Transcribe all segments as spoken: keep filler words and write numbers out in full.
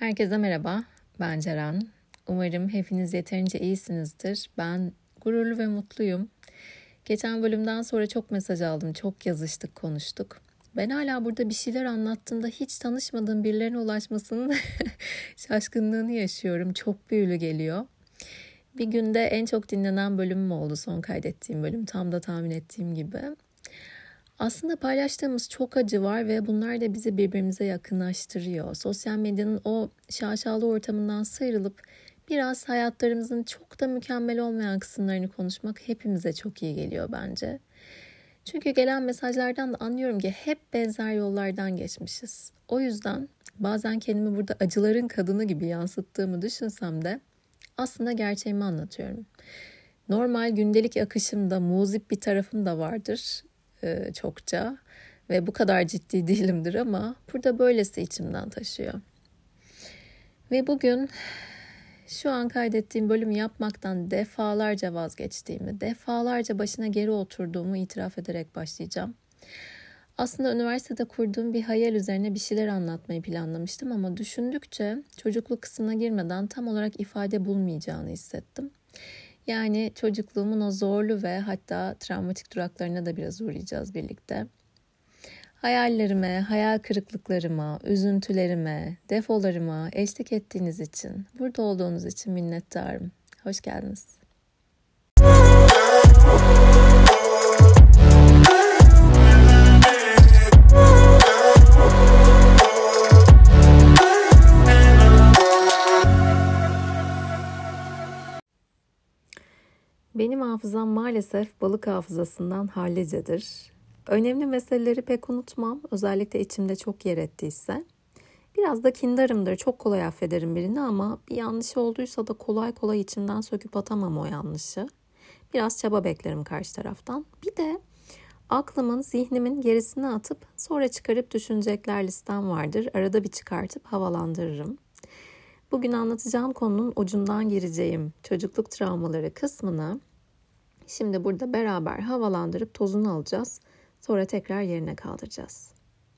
Herkese merhaba, ben Ceren. Umarım hepiniz yeterince iyisinizdir. Ben gururlu ve mutluyum. Geçen bölümden sonra çok mesaj aldım, çok yazıştık, konuştuk. Ben hala burada bir şeyler anlattığımda hiç tanışmadığım birilerine ulaşmasının şaşkınlığını yaşıyorum. Çok büyülü geliyor. Bir günde en çok dinlenen bölümüm oldu, son kaydettiğim bölüm. Tam da tahmin ettiğim gibi. Aslında paylaştığımız çok acı var ve bunlar da bizi birbirimize yakınlaştırıyor. Sosyal medyanın o şaşalı ortamından sıyrılıp biraz hayatlarımızın çok da mükemmel olmayan kısımlarını konuşmak hepimize çok iyi geliyor bence. Çünkü gelen mesajlardan da anlıyorum ki hep benzer yollardan geçmişiz. O yüzden bazen kendimi burada acıların kadını gibi yansıttığımı düşünsem de aslında gerçeğimi anlatıyorum. Normal gündelik akışımda muzip bir tarafım da vardır. Çokça ve bu kadar ciddi değilimdir ama burada böylesi içimden taşıyor. Ve bugün şu an kaydettiğim bölümü yapmaktan defalarca vazgeçtiğimi, defalarca başına geri oturduğumu itiraf ederek başlayacağım. Aslında üniversitede kurduğum bir hayal üzerine bir şeyler anlatmayı planlamıştım ama düşündükçe çocukluk kısmına girmeden tam olarak ifade bulmayacağını hissettim. Yani çocukluğumun o zorlu ve hatta travmatik duraklarına da biraz uğrayacağız birlikte. Hayallerime, hayal kırıklıklarıma, üzüntülerime, defolarıma eşlik ettiğiniz için, burada olduğunuz için minnettarım. Hoş geldiniz. Benim hafızam maalesef balık hafızasından hallicedir. Önemli meseleleri pek unutmam, özellikle içimde çok yer ettiyse. Biraz da kindarımdır, çok kolay affederim birini ama bir yanlış olduysa da kolay kolay içimden söküp atamam o yanlışı. Biraz çaba beklerim karşı taraftan. Bir de aklımın, zihnimin gerisine atıp sonra çıkarıp düşünecekler listem vardır. Arada bir çıkartıp havalandırırım. Bugün anlatacağım konunun ucundan gireceğim çocukluk travmaları kısmını şimdi burada beraber havalandırıp tozunu alacağız. Sonra tekrar yerine kaldıracağız.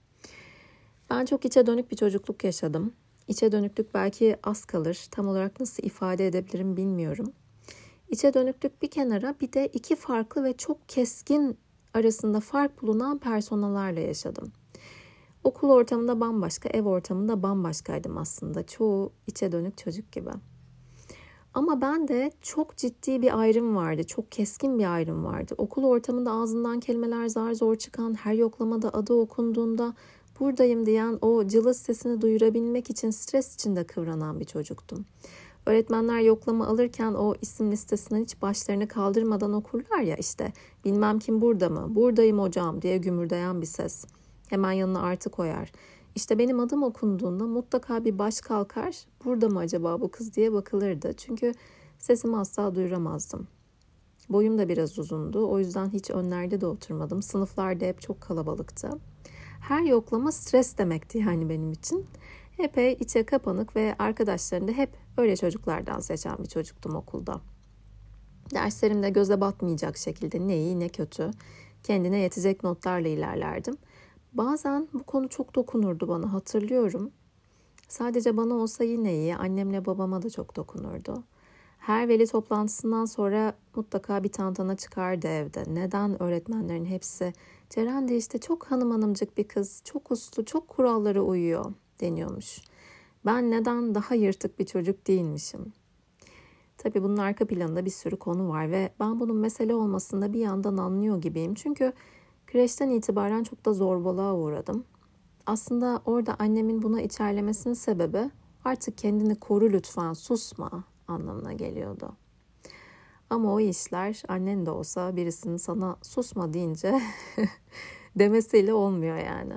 Ben çok içe dönük bir çocukluk yaşadım. İçe dönüklük belki az kalır. Tam olarak nasıl ifade edebilirim bilmiyorum. İçe dönüklük bir kenara, bir de iki farklı ve çok keskin arasında fark bulunan personalarla yaşadım. Okul ortamında bambaşka, ev ortamında bambaşkaydım aslında. Çoğu içe dönük çocuk gibi. Ama ben de çok ciddi bir ayrım vardı. Çok keskin bir ayrım vardı. Okul ortamında ağzından kelimeler zar zor çıkan, her yoklamada adı okunduğunda buradayım diyen o cılız sesini duyurabilmek için stres içinde kıvranan bir çocuktum. Öğretmenler yoklama alırken o isim listesinden hiç başlarını kaldırmadan okurlar ya, işte bilmem kim burada mı, buradayım hocam diye gümürdeyen bir ses. Hemen yanına artı koyar. İşte benim adım okunduğunda mutlaka bir baş kalkar, burada mı acaba bu kız diye bakılırdı. Çünkü sesimi asla duyuramazdım. Boyum da biraz uzundu, o yüzden hiç önlerde de oturmadım. Sınıflarda hep çok kalabalıktı. Her yoklama stres demekti yani benim için. Epey içe kapanık ve arkadaşlarını da hep öyle çocuklardan seçen bir çocuktum okulda. Derslerimde göze batmayacak şekilde ne iyi ne kötü, kendine yetecek notlarla ilerlerdim. Bazen bu konu çok dokunurdu bana, hatırlıyorum. Sadece bana olsa yine iyi, annemle babama da çok dokunurdu. Her veli toplantısından sonra mutlaka bir tantana çıkardı evde. Neden öğretmenlerin hepsi Ceren de işte çok hanım hanımcık bir kız, çok uslu, çok kurallara uyuyor deniyormuş. Ben neden daha yırtık bir çocuk değilmişim? Tabii bunun arka planında bir sürü konu var ve ben bunun mesele olmasında bir yandan anlıyor gibiyim. Çünkü kreşten itibaren çok da zorbalığa uğradım. Aslında orada annemin buna içerlemesinin sebebi artık kendini koru lütfen, susma anlamına geliyordu. Ama o işler annen de olsa birisinin sana susma deyince demesiyle olmuyor yani.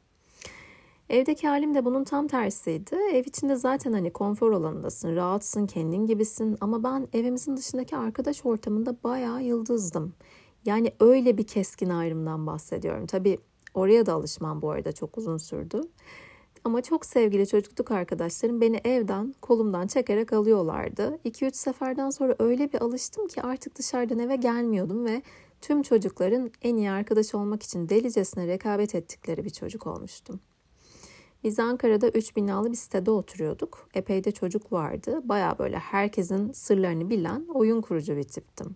Evdeki halim de bunun tam tersiydi. Ev içinde zaten hani konfor alanındasın, rahatsın, kendin gibisin. Ama ben evimizin dışındaki arkadaş ortamında bayağı yıldızdım. Yani öyle bir keskin ayrımdan bahsediyorum. Tabii oraya da alışmam bu arada çok uzun sürdü. Ama çok sevgili çocukluk arkadaşlarım beni evden, kolumdan çekerek alıyorlardı. iki üç seferden sonra öyle bir alıştım ki artık dışarıdan eve gelmiyordum ve tüm çocukların en iyi arkadaş olmak için delicesine rekabet ettikleri bir çocuk olmuştum. Biz Ankara'da üç binalı bir sitede oturuyorduk. Epey de çocuk vardı. Baya böyle herkesin sırlarını bilen oyun kurucu bir tiptim.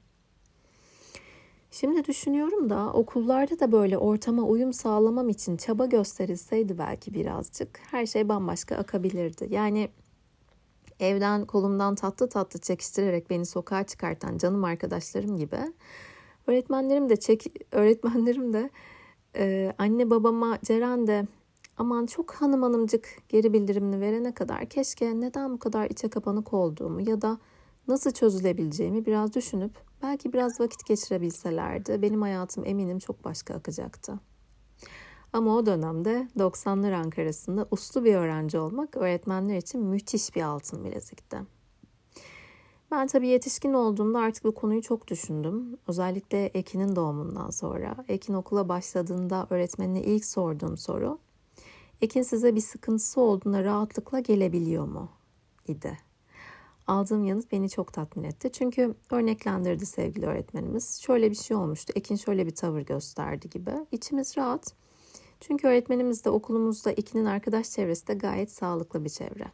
Şimdi düşünüyorum da okullarda da böyle ortama uyum sağlamam için çaba gösterilseydi belki birazcık her şey bambaşka akabilirdi. Yani evden kolumdan tatlı tatlı çekiştirerek beni sokağa çıkartan canım arkadaşlarım gibi öğretmenlerim de çek öğretmenlerim de e, anne babama Ceren de aman çok hanım hanımcık geri bildirimini verene kadar keşke neden bu kadar içe kapanık olduğumu ya da nasıl çözülebileceğimi biraz düşünüp belki biraz vakit geçirebilselerdi benim hayatım eminim çok başka akacaktı. Ama o dönemde doksanlar Ankara'sında uslu bir öğrenci olmak öğretmenler için müthiş bir altın bilezikti. Ben tabii yetişkin olduğumda artık bu konuyu çok düşündüm. Özellikle Ekin'in doğumundan sonra. Ekin okula başladığında öğretmenine ilk sorduğum soru, Ekin size bir sıkıntısı olduğunda rahatlıkla gelebiliyor mu? idi. Aldığım yanıt beni çok tatmin etti. Çünkü örneklendirdi sevgili öğretmenimiz. Şöyle bir şey olmuştu. Ekin şöyle bir tavır gösterdi gibi. İçimiz rahat. Çünkü öğretmenimiz de okulumuzda Ekin'in arkadaş çevresi de gayet sağlıklı bir çevre.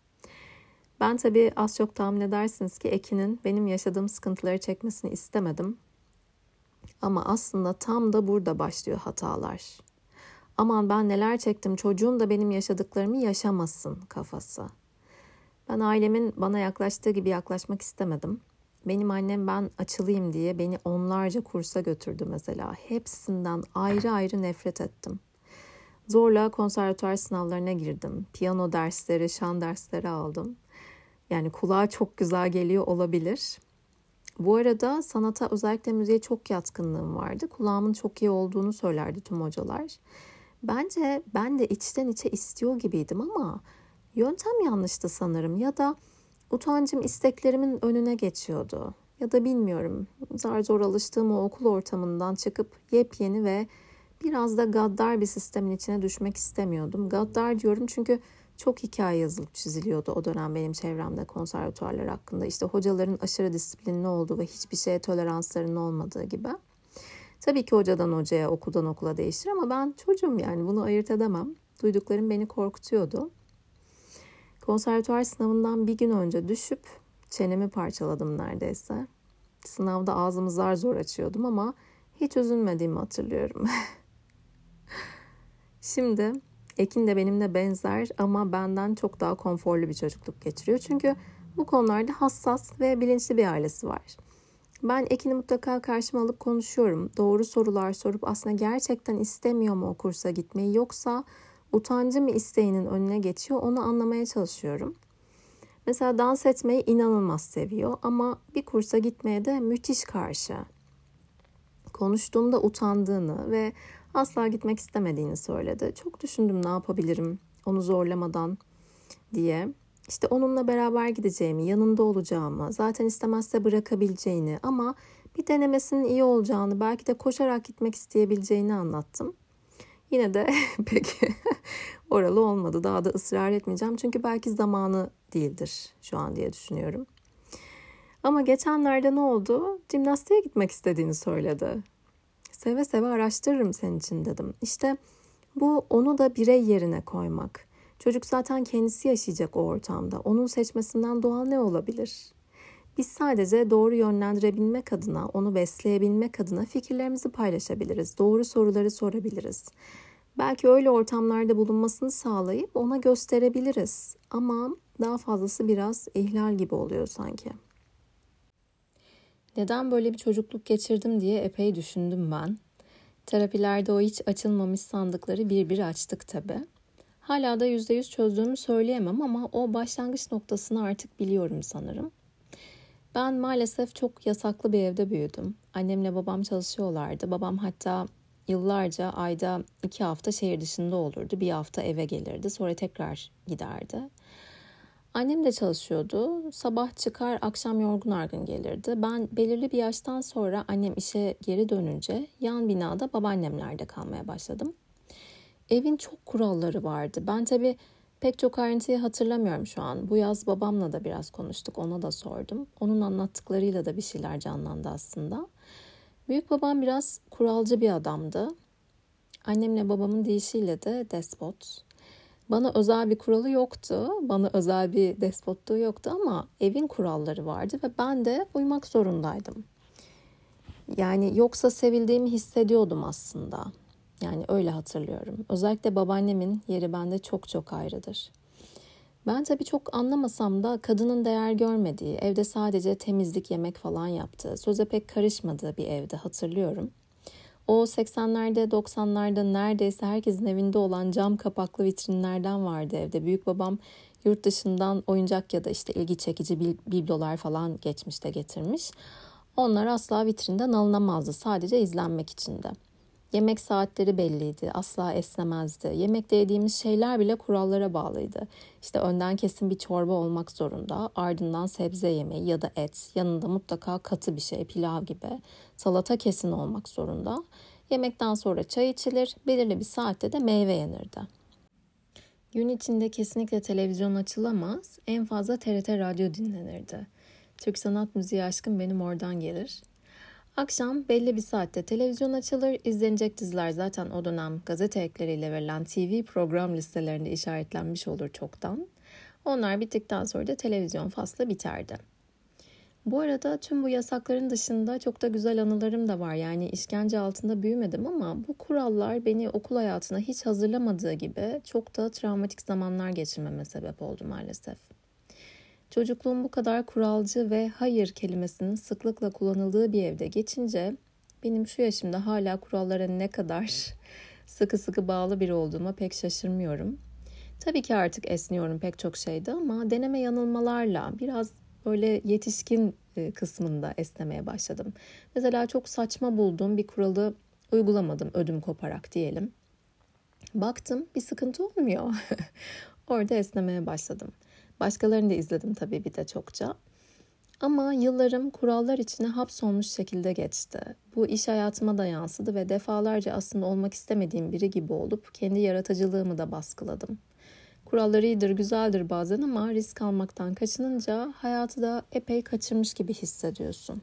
Ben tabii az çok tahmin edersiniz ki Ekin'in benim yaşadığım sıkıntıları çekmesini istemedim. Ama aslında tam da burada başlıyor hatalar. Aman ben neler çektim, çocuğum da benim yaşadıklarımı yaşamasın kafası. Ben ailemin bana yaklaştığı gibi yaklaşmak istemedim. Benim annem ben açılayım diye beni onlarca kursa götürdü mesela. Hepsinden ayrı ayrı nefret ettim. Zorla konservatuar sınavlarına girdim. Piyano dersleri, şan dersleri aldım. Yani kulağa çok güzel geliyor olabilir. Bu arada sanata, özellikle müziğe çok yatkınlığım vardı. Kulağımın çok iyi olduğunu söylerdi tüm hocalar. Bence ben de içten içe istiyor gibiydim ama yöntem yanlıştı sanırım. Ya da utancım isteklerimin önüne geçiyordu. Ya da bilmiyorum, zar zor alıştığım o okul ortamından çıkıp yepyeni ve biraz da gaddar bir sistemin içine düşmek istemiyordum. Gaddar diyorum çünkü çok hikaye yazılıp çiziliyordu o dönem benim çevremde konservatuarlar hakkında. İşte hocaların aşırı disiplinli olduğu ve hiçbir şeye toleranslarının olmadığı gibi. Tabii ki hocadan hocaya, okuldan okula değişir ama ben çocuğum, yani bunu ayırt edemem. Duyduklarım beni korkutuyordu. Konservatuar sınavından bir gün önce düşüp çenemi parçaladım neredeyse. Sınavda ağzımı zar zor açıyordum ama hiç üzülmediğimi hatırlıyorum. Şimdi Ekin de benimle benzer ama benden çok daha konforlu bir çocukluk geçiriyor. Çünkü bu konularda hassas ve bilinçli bir ailesi var. Ben Ekin'i mutlaka karşıma alıp konuşuyorum. Doğru sorular sorup aslında gerçekten istemiyor mu o kursa gitmeyi, yoksa utancı mı isteğinin önüne geçiyor, onu anlamaya çalışıyorum. Mesela dans etmeyi inanılmaz seviyor ama bir kursa gitmeye de müthiş karşı. Konuştuğumda utandığını ve asla gitmek istemediğini söyledi. Çok düşündüm ne yapabilirim onu zorlamadan diye. İşte onunla beraber gideceğimi, yanında olacağımı, zaten istemezse bırakabileceğini ama bir denemesinin iyi olacağını, belki de koşarak gitmek isteyebileceğini anlattım. Yine de pek oralı olmadı. Daha da ısrar etmeyeceğim. Çünkü belki zamanı değildir şu an diye düşünüyorum. Ama geçenlerde ne oldu? Jimnastiğe gitmek istediğini söyledi. Seve seve araştırırım senin için dedim. İşte bu onu da birey yerine koymak. Çocuk zaten kendisi yaşayacak o ortamda. Onun seçmesinden doğal ne olabilir? Biz sadece doğru yönlendirebilmek adına, onu besleyebilmek adına fikirlerimizi paylaşabiliriz. Doğru soruları sorabiliriz. Belki öyle ortamlarda bulunmasını sağlayıp ona gösterebiliriz. Ama daha fazlası biraz ihlal gibi oluyor sanki. Neden böyle bir çocukluk geçirdim diye epey düşündüm ben. Terapilerde o hiç açılmamış sandıkları bir bir açtık tabii. Hala da yüzde yüz çözdüğümü söyleyemem ama o başlangıç noktasını artık biliyorum sanırım. Ben maalesef çok yasaklı bir evde büyüdüm. Annemle babam çalışıyorlardı. Babam hatta yıllarca ayda iki hafta şehir dışında olurdu. Bir hafta eve gelirdi. Sonra tekrar giderdi. Annem de çalışıyordu. Sabah çıkar, akşam yorgun argın gelirdi. Ben belirli bir yaştan sonra annem işe geri dönünce yan binada babaannemlerde kalmaya başladım. Evin çok kuralları vardı. Ben tabii pek çok ayrıntıyı hatırlamıyorum şu an. Bu yaz babamla da biraz konuştuk. Ona da sordum. Onun anlattıklarıyla da bir şeyler canlandı aslında. Büyük babam biraz kuralcı bir adamdı. Annemle babamın deyişiyle de despot. Bana özel bir kuralı yoktu. Bana özel bir despotluğu yoktu ama evin kuralları vardı ve ben de uymak zorundaydım. Yani yoksa sevildiğimi hissediyordum aslında. Yani öyle hatırlıyorum. Özellikle babaannemin yeri bende çok çok ayrıdır. Ben tabii çok anlamasam da kadının değer görmediği, evde sadece temizlik, yemek falan yaptığı, söze pek karışmadığı bir evde hatırlıyorum. O seksenlerde, doksanlarda neredeyse herkesin evinde olan cam kapaklı vitrinlerden vardı evde. Büyükbabam yurt dışından oyuncak ya da işte ilgi çekici biblolar falan geçmişte getirmiş. Onlar asla vitrinden alınamazdı, sadece izlenmek içindi. Yemek saatleri belliydi, asla esnemezdi. Yemekte yediğimiz şeyler bile kurallara bağlıydı. İşte önden kesin bir çorba olmak zorunda, ardından sebze yemeği ya da et, yanında mutlaka katı bir şey, pilav gibi. Salata kesin olmak zorunda. Yemekten sonra çay içilir, belirli bir saatte de meyve yenirdi. Gün içinde kesinlikle televizyon açılamaz, en fazla T R T radyo dinlenirdi. Türk sanat müziği aşkım benim oradan gelir. Akşam belli bir saatte televizyon açılır, izlenecek diziler zaten o dönem gazete ekleriyle verilen T V program listelerinde işaretlenmiş olur çoktan. Onlar bittikten sonra da televizyon faslı biterdi. Bu arada tüm bu yasakların dışında çok da güzel anılarım da var. Yani işkence altında büyümedim ama bu kurallar beni okul hayatına hiç hazırlamadığı gibi çok da travmatik zamanlar geçirmeme sebep oldu maalesef. Çocukluğum bu kadar kuralcı ve hayır kelimesinin sıklıkla kullanıldığı bir evde geçince benim şu yaşımda hala kurallara ne kadar sıkı sıkı bağlı biri olduğuma pek şaşırmıyorum. Tabii ki artık esniyorum pek çok şeyde ama deneme yanılmalarla biraz böyle yetişkin kısmında esnemeye başladım. Mesela çok saçma bulduğum bir kuralı uygulamadım ödüm koparak diyelim. Baktım bir sıkıntı olmuyor. Orada esnemeye başladım. Başkalarını da izledim tabii bir de çokça. Ama yıllarım kurallar içine hapsolmuş şekilde geçti. Bu iş hayatıma da yansıdı ve defalarca aslında olmak istemediğim biri gibi olup kendi yaratıcılığımı da baskıladım. Kurallar iyidir, güzeldir bazen ama risk almaktan kaçınınca hayatı da epey kaçırmış gibi hissediyorsun.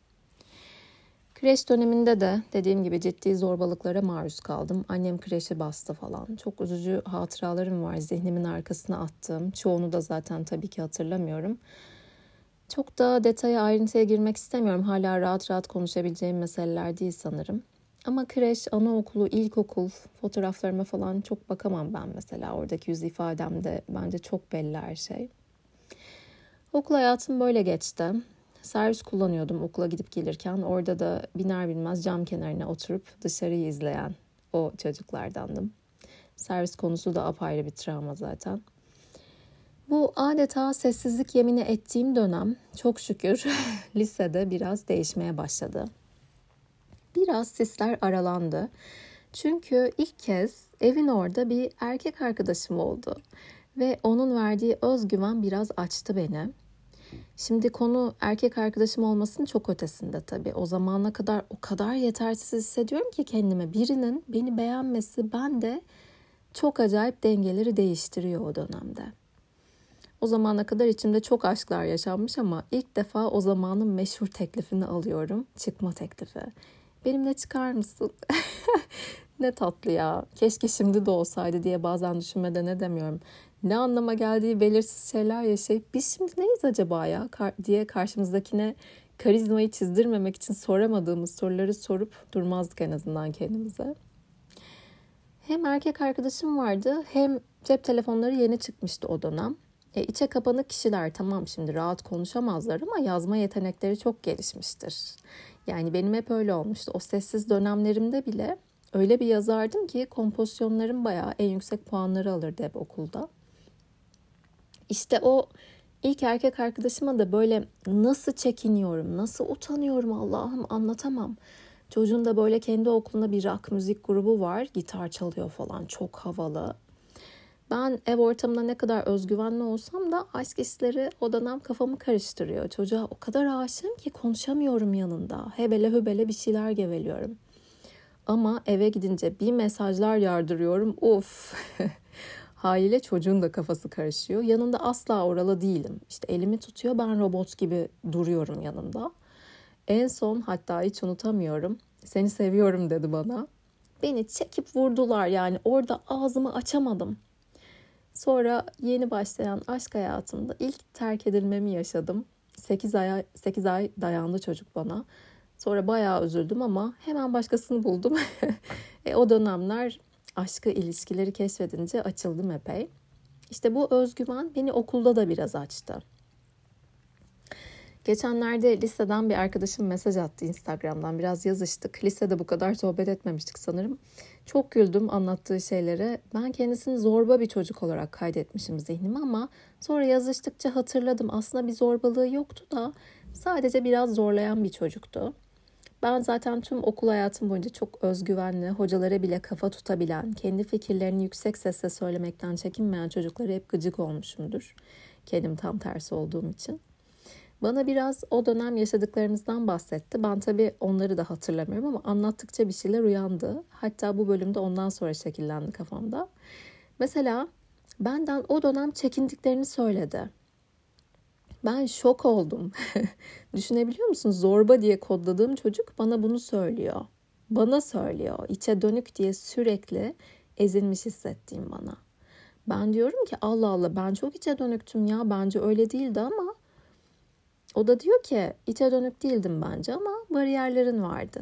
Kreş döneminde de dediğim gibi ciddi zorbalıklara maruz kaldım. Annem kreşe bastı falan. Çok üzücü hatıralarım var zihnimin arkasına attığım. Çoğunu da zaten tabii ki hatırlamıyorum. Çok da detaya, ayrıntıya girmek istemiyorum. Hala rahat rahat konuşabileceğim meseleler değil sanırım. Ama kreş, anaokulu, ilkokul fotoğraflarıma falan çok bakamam ben mesela. Oradaki yüz ifademde bence çok belli her şey. Okul hayatım böyle geçti. Servis kullanıyordum okula gidip gelirken. Orada da biner bilmez cam kenarına oturup dışarıyı izleyen o çocuklardandım. Servis konusu da apayrı bir travma zaten. Bu adeta sessizlik yemini ettiğim dönem çok şükür lisede biraz değişmeye başladı. Biraz sisler aralandı. Çünkü ilk kez evin orada bir erkek arkadaşım oldu. Ve onun verdiği özgüven biraz açtı beni. Şimdi konu erkek arkadaşım olmasının çok ötesinde tabii. O zamana kadar o kadar yetersiz hissediyorum ki kendime. Birinin beni beğenmesi bende çok acayip dengeleri değiştiriyor o dönemde. O zamana kadar içimde çok aşklar yaşanmış ama ilk defa o zamanın meşhur teklifini alıyorum. Çıkma teklifi. Benimle çıkar mısın? Ne tatlı ya. Keşke şimdi de olsaydı diye bazen düşünmeden ne demiyorum. Ne anlama geldiği belirsiz şeyler yaşayıp biz şimdi neyiz acaba ya diye karşımızdakine karizmayı çizdirmemek için soramadığımız soruları sorup durmazdık en azından kendimize. Hem erkek arkadaşım vardı hem cep telefonları yeni çıkmıştı o dönem. E, içe kapanık kişiler tamam şimdi rahat konuşamazlar ama yazma yetenekleri çok gelişmiştir. Yani benim hep öyle olmuştu. O sessiz dönemlerimde bile öyle bir yazardım ki kompozisyonlarım bayağı en yüksek puanları alırdı hep okulda. İşte o ilk erkek arkadaşıma da böyle nasıl çekiniyorum, nasıl utanıyorum Allah'ım anlatamam. Çocuğun da böyle kendi okulunda bir rock müzik grubu var. Gitar çalıyor falan çok havalı. Ben ev ortamında ne kadar özgüvenli olsam da aşk işleri o dönem kafamı karıştırıyor. Çocuğa o kadar aşığım ki konuşamıyorum yanında. Hebele hübele bir şeyler geveliyorum. Ama eve gidince bir mesajlar yardırıyorum. Of. Haliyle çocuğun da kafası karışıyor. Yanında asla oralı değilim. İşte elimi tutuyor ben robot gibi duruyorum yanında. En son hatta hiç unutamıyorum. Seni seviyorum dedi bana. Beni çekip vurdular yani orada ağzımı açamadım. Sonra yeni başlayan aşk hayatımda ilk terk edilmemi yaşadım. sekiz ay, sekiz ay dayandı çocuk bana. Sonra bayağı üzüldüm ama hemen başkasını buldum. e, o dönemler aşkı, ilişkileri keşfedince açıldım epey. İşte bu özgüven beni okulda da biraz açtı. Geçenlerde liseden bir arkadaşım mesaj attı Instagram'dan. Biraz yazıştık. Lisede bu kadar sohbet etmemiştik sanırım. Çok güldüm anlattığı şeylere. Ben kendisini zorba bir çocuk olarak kaydetmişim zihnime ama sonra yazıştıkça hatırladım. Aslında bir zorbalığı yoktu da sadece biraz zorlayan bir çocuktu. Ben zaten tüm okul hayatım boyunca çok özgüvenli, hocalara bile kafa tutabilen, kendi fikirlerini yüksek sesle söylemekten çekinmeyen çocuklara hep gıcık olmuşumdur. Kendim tam tersi olduğum için. Bana biraz o dönem yaşadıklarımızdan bahsetti. Ben tabii onları da hatırlamıyorum ama anlattıkça bir şeyler uyandı. Hatta bu bölümde ondan sonra şekillendi kafamda. Mesela benden o dönem çekindiklerini söyledi. Ben şok oldum. Düşünebiliyor musun? Zorba diye kodladığım çocuk bana bunu söylüyor. Bana söylüyor. İçe dönük diye sürekli ezilmiş hissettiğim bana. Ben diyorum ki Allah Allah ben çok içe dönüktüm ya. Bence öyle değildi ama o da diyor ki içe dönük değildim bence ama bariyerlerin vardı.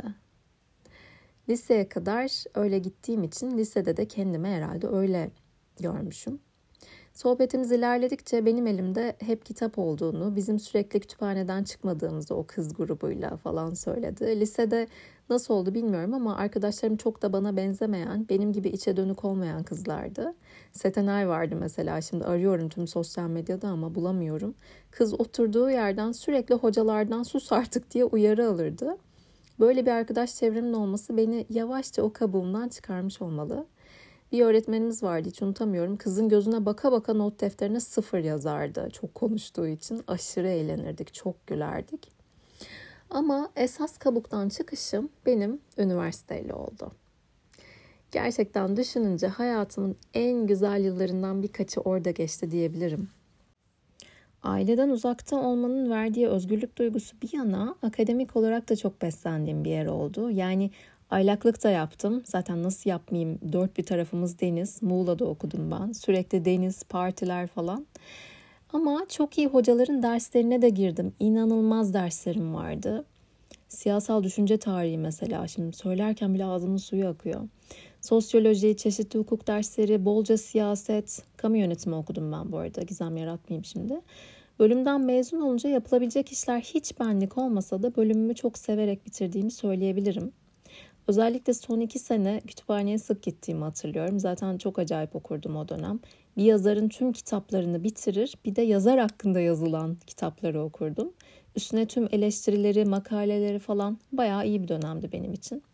Liseye kadar öyle gittiğim için lisede de kendimi herhalde öyle görmüşüm. Sohbetimiz ilerledikçe benim elimde hep kitap olduğunu, bizim sürekli kütüphaneden çıkmadığımızı o kız grubuyla falan söyledi. Lisede nasıl oldu bilmiyorum ama arkadaşlarım çok da bana benzemeyen, benim gibi içe dönük olmayan kızlardı. Setenay vardı mesela, şimdi arıyorum tüm sosyal medyada ama bulamıyorum. Kız oturduğu yerden sürekli hocalardan sus artık diye uyarı alırdı. Böyle bir arkadaş çevremin olması beni yavaşça o kabuğumdan çıkarmış olmalı. Bir öğretmenimiz vardı, hiç unutamıyorum. Kızın gözüne baka baka not defterine sıfır yazardı. Çok konuştuğu için aşırı eğlenirdik, çok gülerdik. Ama esas kabuktan çıkışım benim üniversiteyle oldu. Gerçekten düşününce hayatımın en güzel yıllarından birkaçı orada geçti diyebilirim. Aileden uzakta olmanın verdiği özgürlük duygusu bir yana akademik olarak da çok beslendiğim bir yer oldu. Yani aylaklık da yaptım. Zaten nasıl yapmayayım? Dört bir tarafımız deniz. Muğla'da okudum ben. Sürekli deniz, partiler falan. Ama çok iyi hocaların derslerine de girdim. İnanılmaz derslerim vardı. Siyasal düşünce tarihi mesela. Şimdi söylerken bile ağzımın suyu akıyor. Sosyoloji, çeşitli hukuk dersleri, bolca siyaset, kamu yönetimi okudum ben bu arada. Gizem yaratmayayım şimdi. Bölümden mezun olunca yapılabilecek işler hiç benlik olmasa da bölümümü çok severek bitirdiğimi söyleyebilirim. Özellikle son iki sene kütüphaneye sık gittiğimi hatırlıyorum. Zaten çok acayip okurdum o dönem. Bir yazarın tüm kitaplarını bitirir, bir de yazar hakkında yazılan kitapları okurdum. Üstüne tüm eleştirileri, makaleleri falan bayağı iyi bir dönemdi benim için.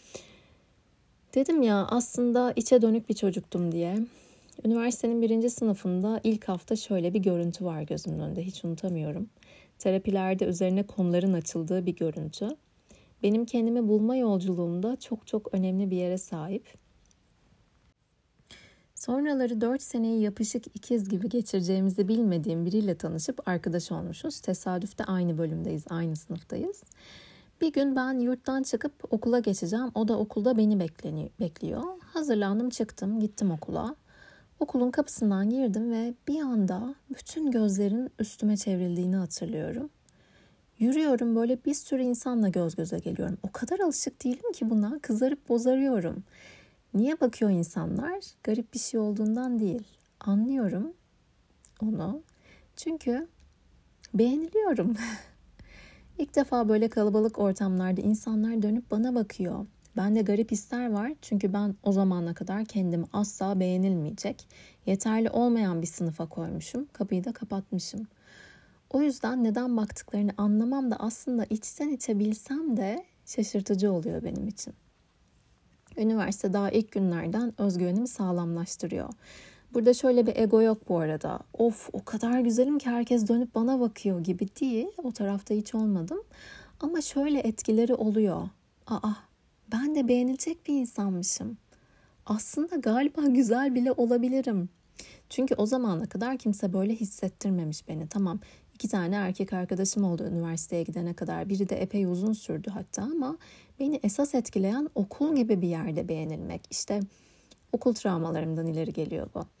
Dedim ya aslında içe dönük bir çocuktum diye. Üniversitenin birinci sınıfında ilk hafta şöyle bir görüntü var gözümün önünde. Hiç unutamıyorum. Terapilerde üzerine konuların açıldığı bir görüntü. Benim kendimi bulma yolculuğumda çok çok önemli bir yere sahip. Sonraları dört seneyi yapışık ikiz gibi geçireceğimizi bilmediğim biriyle tanışıp arkadaş olmuşuz. Tesadüfte aynı bölümdeyiz, aynı sınıftayız. Bir gün ben yurttan çıkıp okula geçeceğim. O da okulda beni bekliyor. Hazırlandım, çıktım, gittim okula. Okulun kapısından girdim ve bir anda bütün gözlerin üstüme çevrildiğini hatırlıyorum. Yürüyorum, böyle bir sürü insanla göz göze geliyorum. O kadar alışık değilim ki buna, kızarıp bozarıyorum. Niye bakıyor insanlar? Garip bir şey olduğundan değil. Anlıyorum onu. Çünkü beğeniliyorum. İlk defa böyle kalabalık ortamlarda insanlar dönüp bana bakıyor. Bende garip hisler var çünkü ben o zamana kadar kendimi asla beğenilmeyecek, yeterli olmayan bir sınıfa koymuşum. Kapıyı da kapatmışım. O yüzden neden baktıklarını anlamam da aslında içten içe bilsem de şaşırtıcı oluyor benim için. Üniversite daha ilk günlerden özgüvenimi sağlamlaştırıyor. Burada şöyle bir ego yok bu arada. Of o kadar güzelim ki herkes dönüp bana bakıyor gibi değil. O tarafta hiç olmadım. Ama şöyle etkileri oluyor. Aa ben de beğenilecek bir insanmışım. Aslında galiba güzel bile olabilirim. Çünkü o zamana kadar kimse böyle hissettirmemiş beni. Tamam, iki tane erkek arkadaşım oldu üniversiteye gidene kadar. Biri de epey uzun sürdü hatta ama beni esas etkileyen okul gibi bir yerde beğenilmek. İşte okul travmalarımdan ileri geliyor bu.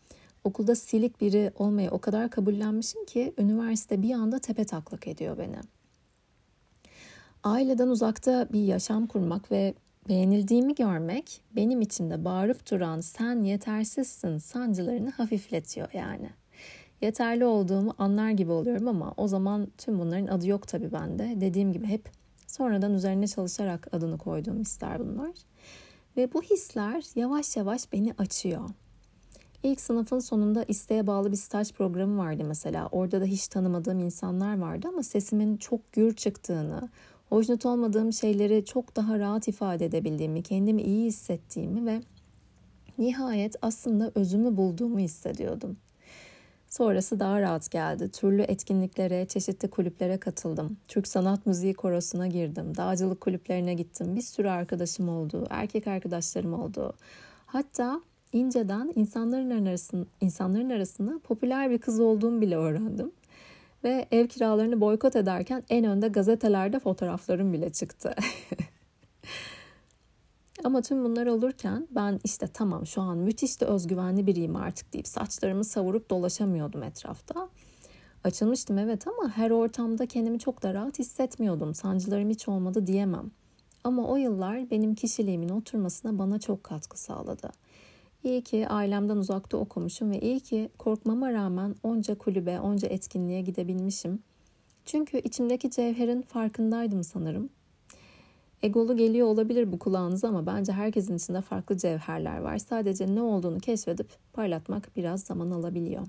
okulda silik biri olmayı o kadar kabullenmişim ki üniversite bir anda tepetaklak ediyor beni. Aileden uzakta bir yaşam kurmak ve beğenildiğimi görmek benim için de bağırıp duran sen yetersizsin sancılarını hafifletiyor yani. Yeterli olduğumu anlar gibi oluyorum ama o zaman tüm bunların adı yok tabii bende. Dediğim gibi hep sonradan üzerine çalışarak adını koyduğum hisler bunlar. Ve bu hisler yavaş yavaş beni açıyor. İlk sınıfın sonunda isteğe bağlı bir staj programı vardı mesela. Orada da hiç tanımadığım insanlar vardı ama sesimin çok gür çıktığını, hoşnut olmadığım şeyleri çok daha rahat ifade edebildiğimi, kendimi iyi hissettiğimi ve nihayet aslında özümü bulduğumu hissediyordum. Sonrası daha rahat geldi. Türlü etkinliklere, çeşitli kulüplere katıldım. Türk Sanat Müziği Korosu'na girdim. Dağcılık kulüplerine gittim. Bir sürü arkadaşım oldu. Erkek arkadaşlarım oldu. Hatta inceden insanların arasında, insanların arasında popüler bir kız olduğumu bile öğrendim. Ve ev kiralarını boykot ederken en önde gazetelerde fotoğraflarım bile çıktı. Ama tüm bunlar olurken ben işte tamam şu an müthiş de özgüvenli biriyim artık deyip saçlarımı savurup dolaşamıyordum etrafta. Açılmıştım evet ama her ortamda kendimi çok da rahat hissetmiyordum. Sancılarım hiç olmadı diyemem. Ama o yıllar benim kişiliğimin oturmasına bana çok katkı sağladı. İyi ki ailemden uzakta okumuşum ve iyi ki korkmama rağmen onca kulübe, onca etkinliğe gidebilmişim. Çünkü içimdeki cevherin farkındaydım sanırım. Egolu geliyor olabilir bu kulağınıza ama bence herkesin içinde farklı cevherler var. Sadece ne olduğunu keşfedip parlatmak biraz zaman alabiliyor.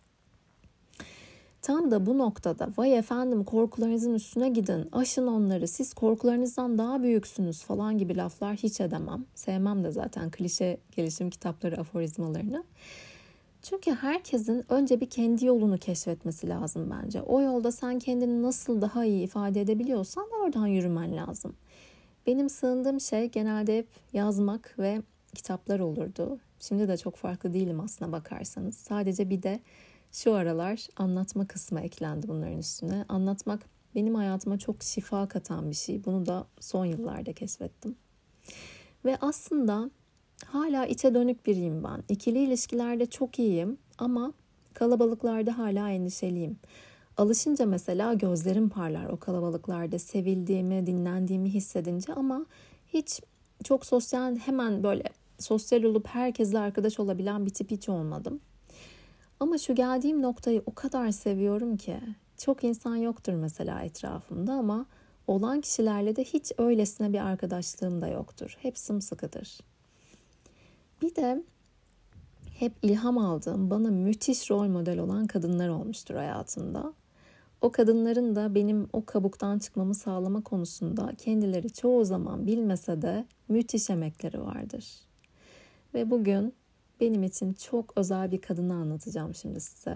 Tam da bu noktada vay efendim korkularınızın üstüne gidin, aşın onları, siz korkularınızdan daha büyüksünüz falan gibi laflar hiç edemem. Sevmem de zaten klişe gelişim kitapları, aforizmalarını. Çünkü herkesin önce bir kendi yolunu keşfetmesi lazım bence. O yolda sen kendini nasıl daha iyi ifade edebiliyorsan oradan yürümen lazım. Benim sığındığım şey genelde hep yazmak ve kitaplar olurdu. Şimdi de çok farklı değilim aslına bakarsanız. Sadece bir de şu aralar anlatma kısmı eklendi bunların üstüne. Anlatmak benim hayatıma çok şifa katan bir şey. Bunu da son yıllarda keşfettim. Ve aslında hala içe dönük biriyim ben. İkili ilişkilerde çok iyiyim ama kalabalıklarda hala endişeliyim. Alışınca mesela gözlerim parlar o kalabalıklarda sevildiğimi, dinlendiğimi hissedince ama hiç çok sosyal, hemen böyle sosyal olup herkesle arkadaş olabilen bir tip hiç olmadım. Ama şu geldiğim noktayı o kadar seviyorum ki çok insan yoktur mesela etrafımda ama olan kişilerle de hiç öylesine bir arkadaşlığım da yoktur. Hep sımsıkıdır. Bir de hep ilham aldığım, bana müthiş rol model olan kadınlar olmuştur hayatımda. O kadınların da benim o kabuktan çıkmamı sağlama konusunda kendileri çoğu zaman bilmese de müthiş emekleri vardır. Ve bugün benim için çok özel bir kadını anlatacağım şimdi size.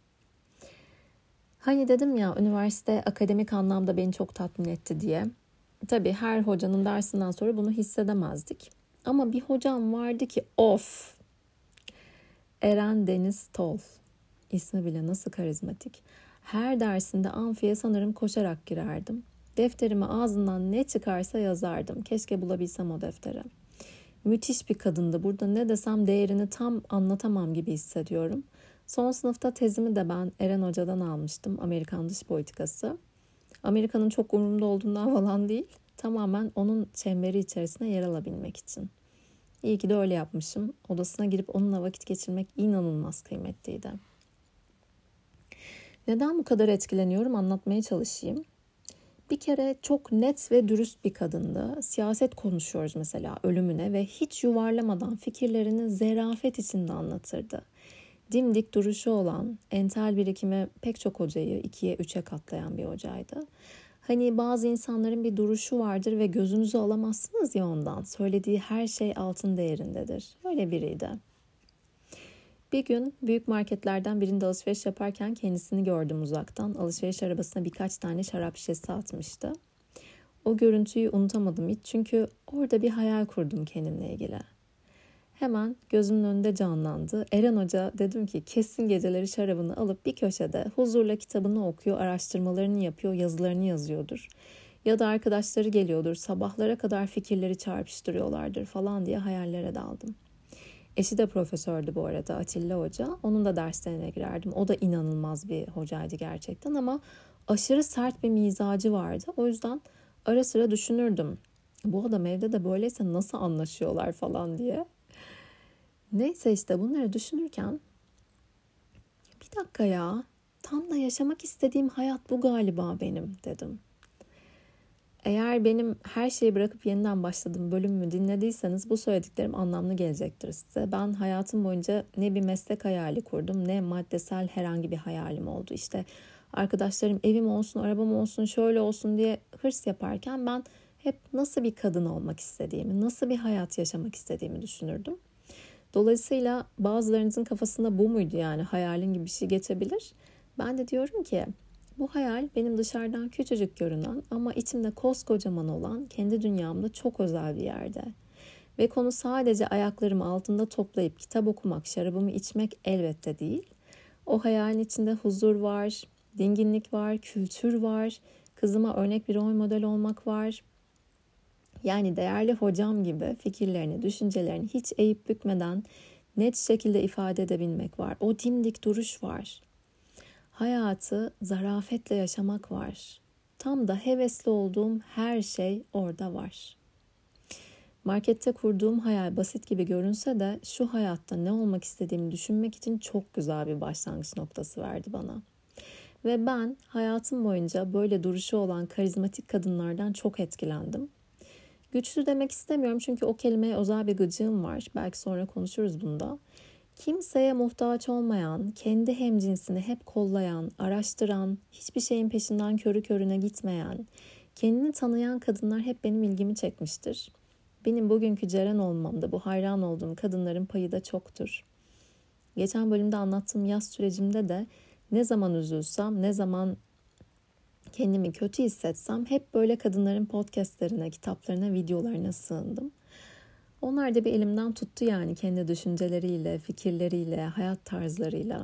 Hani dedim ya üniversite akademik anlamda beni çok tatmin etti diye. Tabii her hocanın dersinden sonra bunu hissedemezdik. Ama bir hocam vardı ki of! Eren Deniz Tol. İsmi bile nasıl karizmatik. Her dersinde amfiye sanırım koşarak girerdim. Defterime ağzından ne çıkarsa yazardım. Keşke bulabilsem o defteri. Müthiş bir kadındı. Burada ne desem değerini tam anlatamam gibi hissediyorum. Son sınıfta tezimi de ben Eren Hoca'dan almıştım. Amerikan dış politikası. Amerika'nın çok umurumda olduğundan falan değil. Tamamen onun çemberi içerisine yer alabilmek için. İyi ki de öyle yapmışım. Odasına girip onunla vakit geçirmek inanılmaz kıymetliydi. Neden bu kadar etkileniyorum anlatmaya çalışayım. Bir kere çok net ve dürüst bir kadındı. Siyaset konuşuyoruz mesela ölümüne ve hiç yuvarlamadan fikirlerini zerafet içinde anlatırdı. Dimdik duruşu olan, entel birikimi pek çok hocayı ikiye üçe katlayan bir hocaydı. Hani bazı insanların bir duruşu vardır ve gözünüzü alamazsınız ya ondan. Söylediği her şey altın değerindedir. Öyle biriydi. Bir gün büyük marketlerden birinde alışveriş yaparken kendisini gördüm uzaktan. Alışveriş arabasına birkaç tane şarap şişesi atmıştı. O görüntüyü unutamadım hiç çünkü orada bir hayal kurdum kendimle ilgili. Hemen gözümün önünde canlandı. Eren Hoca dedim ki kesin geceleri şarabını alıp bir köşede huzurla kitabını okuyor, araştırmalarını yapıyor, yazılarını yazıyordur. Ya da arkadaşları geliyordur, sabahlara kadar fikirleri çarpıştırıyorlardır falan diye hayallere daldım. Eşi de profesördü bu arada, Atilla Hoca. Onun da derslerine girerdim. O da inanılmaz bir hocaydı gerçekten ama aşırı sert bir mizacı vardı. O yüzden ara sıra düşünürdüm. Bu adam evde de böyleyse nasıl anlaşıyorlar falan diye. Neyse işte bunları düşünürken bir dakika ya, tam da yaşamak istediğim hayat bu galiba benim dedim. Eğer benim her şeyi bırakıp yeniden başladığım bölümümü dinlediyseniz bu söylediklerim anlamlı gelecektir size. Ben hayatım boyunca ne bir meslek hayali kurdum ne maddesel herhangi bir hayalim oldu. İşte arkadaşlarım evim olsun, arabam olsun, şöyle olsun diye hırs yaparken ben hep nasıl bir kadın olmak istediğimi, nasıl bir hayat yaşamak istediğimi düşünürdüm. Dolayısıyla bazılarınızın kafasında bu muydu, yani hayalin gibi bir şey geçebilir. Ben de diyorum ki bu hayal benim dışarıdan küçücük görünen ama içimde koskocaman olan kendi dünyamda çok özel bir yerde. Ve konu sadece ayaklarımı altında toplayıp kitap okumak, şarabımı içmek elbette değil. O hayalin içinde huzur var, dinginlik var, kültür var, kızıma örnek bir rol model olmak var. Yani değerli hocam gibi fikirlerini, düşüncelerini hiç eğip bükmeden net şekilde ifade edebilmek var. O dimdik duruş var. Hayatı zarafetle yaşamak var. Tam da hevesli olduğum her şey orada var. Markette kurduğum hayal basit gibi görünse de şu hayatta ne olmak istediğimi düşünmek için çok güzel bir başlangıç noktası verdi bana. Ve ben hayatım boyunca böyle duruşu olan karizmatik kadınlardan çok etkilendim. Güçlü demek istemiyorum çünkü o kelimeye özel bir gıcığım var. Belki sonra konuşuruz bunda. Kimseye muhtaç olmayan, kendi hemcinsini hep kollayan, araştıran, hiçbir şeyin peşinden körü körüne gitmeyen, kendini tanıyan kadınlar hep benim ilgimi çekmiştir. Benim bugünkü Ceren olmamda bu hayran olduğum kadınların payı da çoktur. Geçen bölümde anlattığım yaz sürecimde de ne zaman üzülsem, ne zaman kendimi kötü hissetsem hep böyle kadınların podcastlerine, kitaplarına, videolarına sığındım. Onlar da bir elimden tuttu yani kendi düşünceleriyle, fikirleriyle, hayat tarzlarıyla.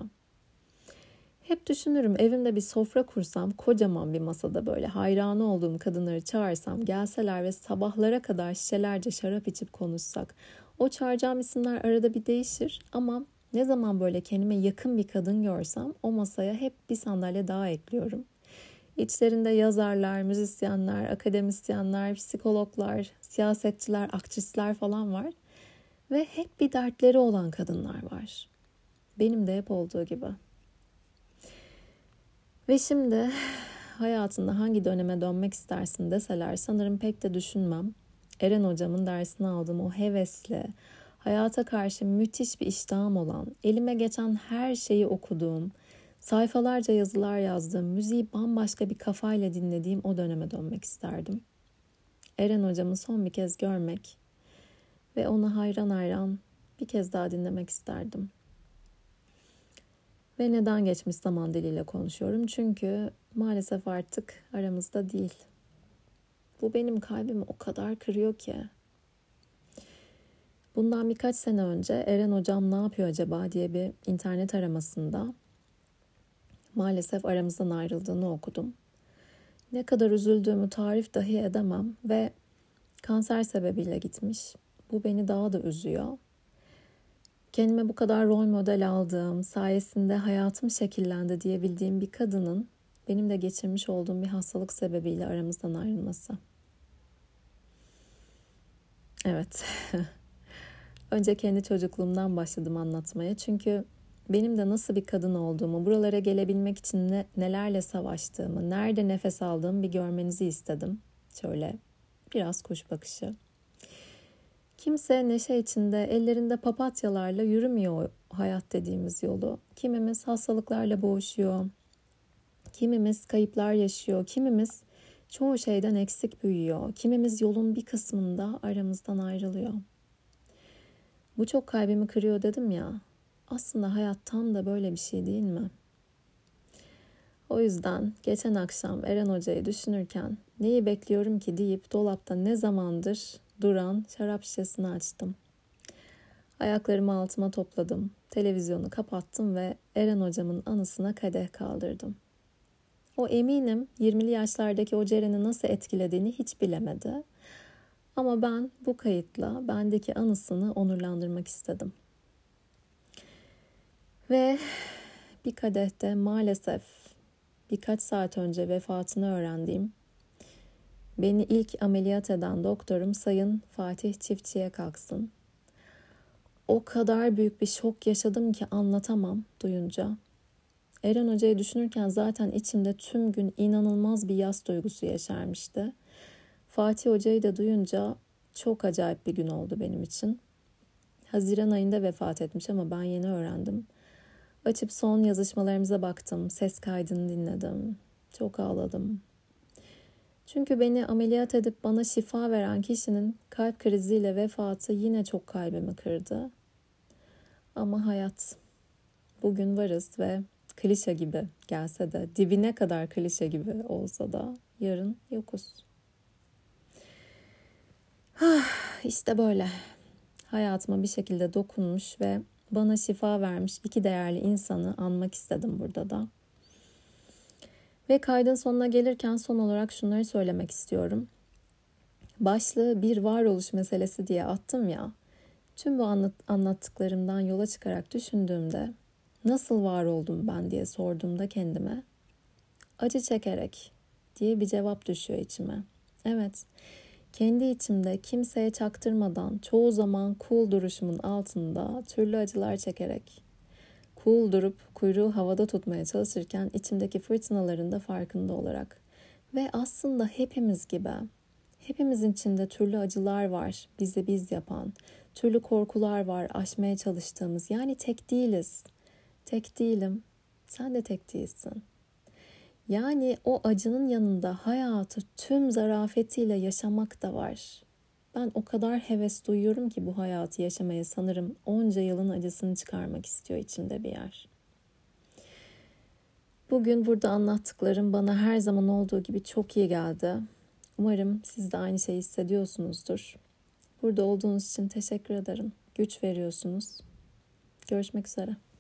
Hep düşünürüm, evimde bir sofra kursam, kocaman bir masada böyle hayranı olduğum kadınları çağırsam, gelseler ve sabahlara kadar şişelerce şarap içip konuşsak. O çağıracağım isimler arada bir değişir ama ne zaman böyle kendime yakın bir kadın görsem o masaya hep bir sandalye daha ekliyorum. İçlerinde yazarlar, müzisyenler, akademisyenler, psikologlar, siyasetçiler, aktrisler falan var. Ve hep bir dertleri olan kadınlar var. Benim de hep olduğu gibi. Ve şimdi hayatında hangi döneme dönmek istersin deseler sanırım pek de düşünmem. Eren hocamın dersini aldığım o hevesli, hayata karşı müthiş bir iştahım olan, elime geçen her şeyi okuduğum, sayfalarca yazılar yazdığım, müziği bambaşka bir kafayla dinlediğim o döneme dönmek isterdim. Eren hocamı son bir kez görmek ve onu hayran hayran bir kez daha dinlemek isterdim. Ve neden geçmiş zaman diliyle konuşuyorum? Çünkü maalesef artık aramızda değil. Bu benim kalbimi o kadar kırıyor ki. Bundan birkaç sene önce Eren hocam ne yapıyor acaba diye bir internet aramasında maalesef aramızdan ayrıldığını okudum. Ne kadar üzüldüğümü tarif dahi edemem ve kanser sebebiyle gitmiş. Bu beni daha da üzüyor. Kendime bu kadar rol model aldığım, sayesinde hayatım şekillendi diyebildiğim bir kadının benim de geçirmiş olduğum bir hastalık sebebiyle aramızdan ayrılması. Evet. Önce kendi çocukluğumdan başladım anlatmaya. Çünkü benim de nasıl bir kadın olduğumu, buralara gelebilmek için ne, nelerle savaştığımı, nerede nefes aldığımı bir görmenizi istedim. Şöyle biraz kuş bakışı. Kimse neşe içinde, ellerinde papatyalarla yürümüyor hayat dediğimiz yolu. Kimimiz hastalıklarla boğuşuyor, kimimiz kayıplar yaşıyor, kimimiz çoğu şeyden eksik büyüyor, kimimiz yolun bir kısmında aramızdan ayrılıyor. Bu çok kalbimi kırıyor dedim ya, aslında hayat tam da böyle bir şey değil mi? O yüzden geçen akşam Eren Hoca'yı düşünürken neyi bekliyorum ki deyip dolapta ne zamandır duran şarap şişesini açtım. Ayaklarımı altıma topladım, televizyonu kapattım ve Eren hocamın anısına kadeh kaldırdım. O eminim yirmili yaşlardaki o Ceren'i nasıl etkilediğini hiç bilemedi. Ama ben bu kayıtla bendeki anısını onurlandırmak istedim. Ve bir kadehte maalesef birkaç saat önce vefatını öğrendiğim, beni ilk ameliyat eden doktorum Sayın Fatih Çiftçi'ye kalksın. O kadar büyük bir şok yaşadım ki anlatamam duyunca. Eren Hoca'yı düşünürken zaten içimde tüm gün inanılmaz bir yas duygusu yaşarmıştı. Fatih Hoca'yı da duyunca çok acayip bir gün oldu benim için. Haziran ayında vefat etmiş ama ben yeni öğrendim. Açıp son yazışmalarımıza baktım, ses kaydını dinledim. Çok ağladım. Çünkü beni ameliyat edip bana şifa veren kişinin kalp kriziyle vefatı yine çok kalbimi kırdı. Ama hayat. Bugün varız ve klişe gibi gelse de, dibine kadar klişe gibi olsa da yarın yokuz. İşte böyle. Hayatıma bir şekilde dokunmuş ve bana şifa vermiş iki değerli insanı anmak istedim burada da. Ve kaydın sonuna gelirken son olarak şunları söylemek istiyorum. Başlığı bir varoluş meselesi diye attım ya. Tüm bu anlat- anlattıklarımdan yola çıkarak düşündüğümde nasıl var oldum ben diye sorduğumda kendime acı çekerek diye bir cevap düşüyor içime. Evet, kendi içimde kimseye çaktırmadan çoğu zaman cool duruşumun altında türlü acılar çekerek cool durup kuyruğu havada tutmaya çalışırken içimdeki fırtınaların da farkında olarak ve aslında hepimiz gibi hepimizin içinde türlü acılar var bizi biz yapan, türlü korkular var aşmaya çalıştığımız, yani tek değiliz. Tek değilim, sen de tek değilsin. Yani o acının yanında hayatı tüm zarafetiyle yaşamak da var. Ben o kadar heves duyuyorum ki bu hayatı yaşamaya, sanırım onca yılın acısını çıkarmak istiyor içimde bir yer. Bugün burada anlattıklarım bana her zaman olduğu gibi çok iyi geldi. Umarım siz de aynı şeyi hissediyorsunuzdur. Burada olduğunuz için teşekkür ederim. Güç veriyorsunuz. Görüşmek üzere.